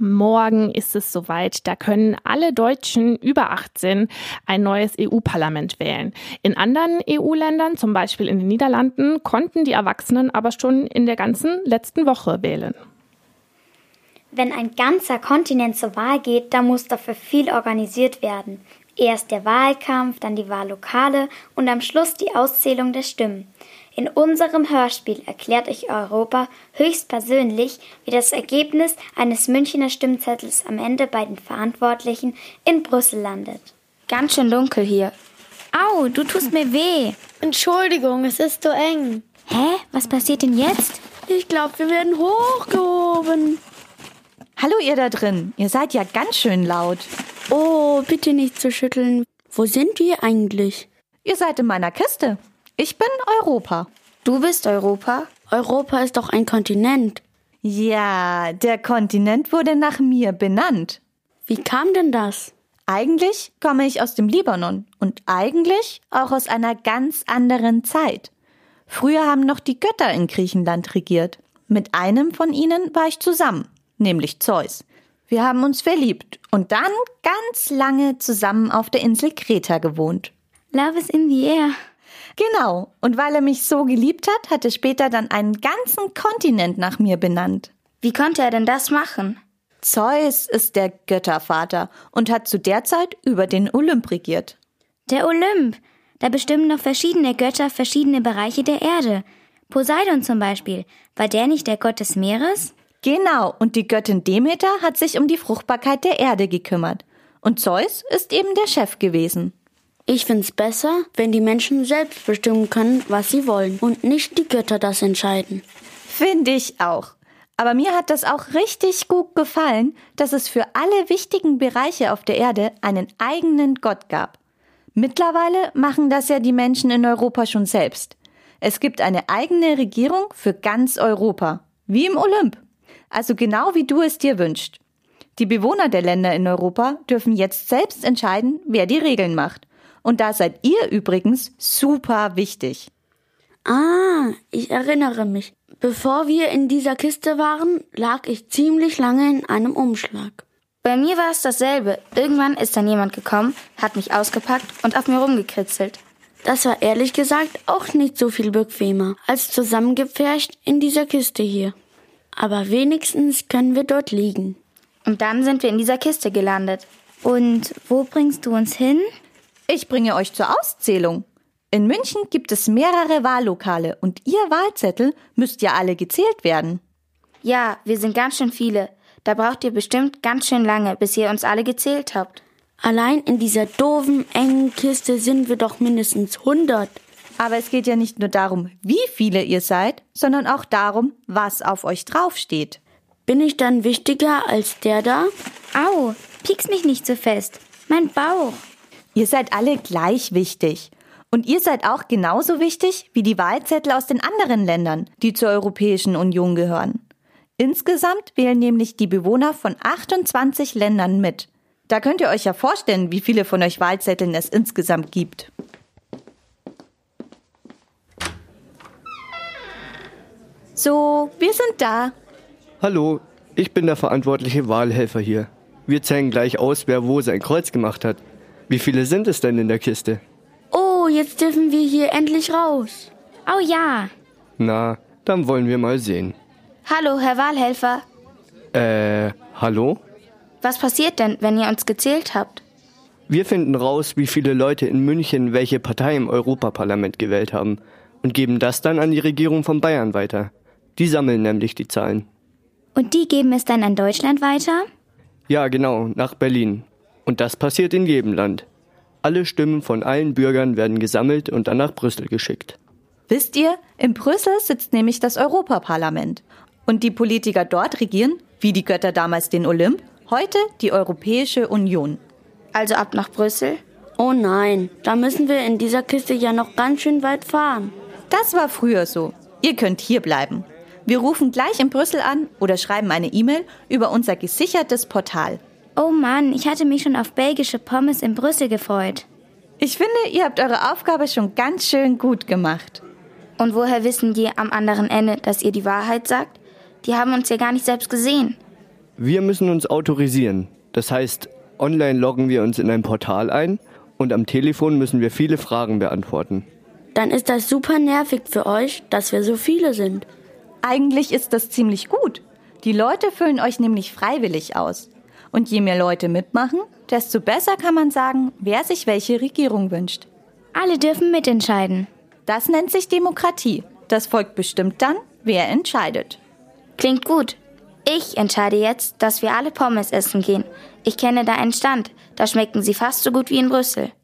Morgen ist es soweit. Da können alle Deutschen über 18 ein neues EU-Parlament wählen. In anderen EU-Ländern, zum Beispiel in den Niederlanden, konnten die Erwachsenen aber schon in der ganzen letzten Woche wählen. Wenn ein ganzer Kontinent zur Wahl geht, dann muss dafür viel organisiert werden. Erst der Wahlkampf, dann die Wahllokale und am Schluss die Auszählung der Stimmen. In unserem Hörspiel erklärt euch Europa höchstpersönlich, wie das Ergebnis eines Münchner Stimmzettels am Ende bei den Verantwortlichen in Brüssel landet. Ganz schön dunkel hier. Au, du tust mir weh. Entschuldigung, es ist so eng. Hä? Was passiert denn jetzt? Ich glaube, wir werden hochgehoben. Hallo ihr da drin, ihr seid ja ganz schön laut. Oh, bitte nicht zu schütteln. Wo sind wir eigentlich? Ihr seid in meiner Kiste. Ich bin Europa. Du bist Europa? Europa ist doch ein Kontinent. Ja, der Kontinent wurde nach mir benannt. Wie kam denn das? Eigentlich komme ich aus dem Libanon und eigentlich auch aus einer ganz anderen Zeit. Früher haben noch die Götter in Griechenland regiert. Mit einem von ihnen war ich zusammen, nämlich Zeus. Wir haben uns verliebt und dann ganz lange zusammen auf der Insel Kreta gewohnt. Love is in the air. Genau, und weil er mich so geliebt hat er später dann einen ganzen Kontinent nach mir benannt. Wie konnte er denn das machen? Zeus ist der Göttervater und hat zu der Zeit über den Olymp regiert. Der Olymp, da bestimmen noch verschiedene Götter verschiedene Bereiche der Erde. Poseidon zum Beispiel, war der nicht der Gott des Meeres? Genau, und die Göttin Demeter hat sich um die Fruchtbarkeit der Erde gekümmert. Und Zeus ist eben der Chef gewesen. Ich find's besser, wenn die Menschen selbst bestimmen können, was sie wollen und nicht die Götter das entscheiden. Finde ich auch. Aber mir hat das auch richtig gut gefallen, dass es für alle wichtigen Bereiche auf der Erde einen eigenen Gott gab. Mittlerweile machen das ja die Menschen in Europa schon selbst. Es gibt eine eigene Regierung für ganz Europa, wie im Olymp. Also genau wie du es dir wünschst. Die Bewohner der Länder in Europa dürfen jetzt selbst entscheiden, wer die Regeln macht. Und da seid ihr übrigens super wichtig. Ah, ich erinnere mich. Bevor wir in dieser Kiste waren, lag ich ziemlich lange in einem Umschlag. Bei mir war es dasselbe. Irgendwann ist dann jemand gekommen, hat mich ausgepackt und auf mir rumgekritzelt. Das war ehrlich gesagt auch nicht so viel bequemer als zusammengepfercht in dieser Kiste hier. Aber wenigstens können wir dort liegen. Und dann sind wir in dieser Kiste gelandet. Und wo bringst du uns hin? Ich bringe euch zur Auszählung. In München gibt es mehrere Wahllokale und ihr Wahlzettel müsst ja alle gezählt werden. Ja, wir sind ganz schön viele. Da braucht ihr bestimmt ganz schön lange, bis ihr uns alle gezählt habt. Allein in dieser doofen, engen Kiste sind wir doch mindestens 100. Aber es geht ja nicht nur darum, wie viele ihr seid, sondern auch darum, was auf euch draufsteht. Bin ich dann wichtiger als der da? Au, piekst mich nicht so fest. Mein Bauch. Ihr seid alle gleich wichtig. Und ihr seid auch genauso wichtig wie die Wahlzettel aus den anderen Ländern, die zur Europäischen Union gehören. Insgesamt wählen nämlich die Bewohner von 28 Ländern mit. Da könnt ihr euch ja vorstellen, wie viele von euch Wahlzetteln es insgesamt gibt. So, wir sind da. Hallo, ich bin der verantwortliche Wahlhelfer hier. Wir zeigen gleich aus, wer wo sein Kreuz gemacht hat. Wie viele sind es denn in der Kiste? Oh, jetzt dürfen wir hier endlich raus. Oh ja. Na, dann wollen wir mal sehen. Hallo, Herr Wahlhelfer. Hallo? Was passiert denn, wenn ihr uns gezählt habt? Wir finden raus, wie viele Leute in München welche Partei im Europaparlament gewählt haben und geben das dann an die Regierung von Bayern weiter. Die sammeln nämlich die Zahlen. Und die geben es dann an Deutschland weiter? Ja, genau, nach Berlin. Und das passiert in jedem Land. Alle Stimmen von allen Bürgern werden gesammelt und dann nach Brüssel geschickt. Wisst ihr, in Brüssel sitzt nämlich das Europaparlament. Und die Politiker dort regieren, wie die Götter damals den Olymp, heute die Europäische Union. Also ab nach Brüssel? Oh nein, da müssen wir in dieser Kiste ja noch ganz schön weit fahren. Das war früher so. Ihr könnt hier bleiben. Wir rufen gleich in Brüssel an oder schreiben eine E-Mail über unser gesichertes Portal. Oh Mann, ich hatte mich schon auf belgische Pommes in Brüssel gefreut. Ich finde, ihr habt eure Aufgabe schon ganz schön gut gemacht. Und woher wissen die am anderen Ende, dass ihr die Wahrheit sagt? Die haben uns ja gar nicht selbst gesehen. Wir müssen uns autorisieren. Das heißt, online loggen wir uns in ein Portal ein und am Telefon müssen wir viele Fragen beantworten. Dann ist das super nervig für euch, dass wir so viele sind. Eigentlich ist das ziemlich gut. Die Leute füllen euch nämlich freiwillig aus. Und je mehr Leute mitmachen, desto besser kann man sagen, wer sich welche Regierung wünscht. Alle dürfen mitentscheiden. Das nennt sich Demokratie. Das Volk bestimmt dann, wer entscheidet. Klingt gut. Ich entscheide jetzt, dass wir alle Pommes essen gehen. Ich kenne da einen Stand. Da schmecken sie fast so gut wie in Brüssel.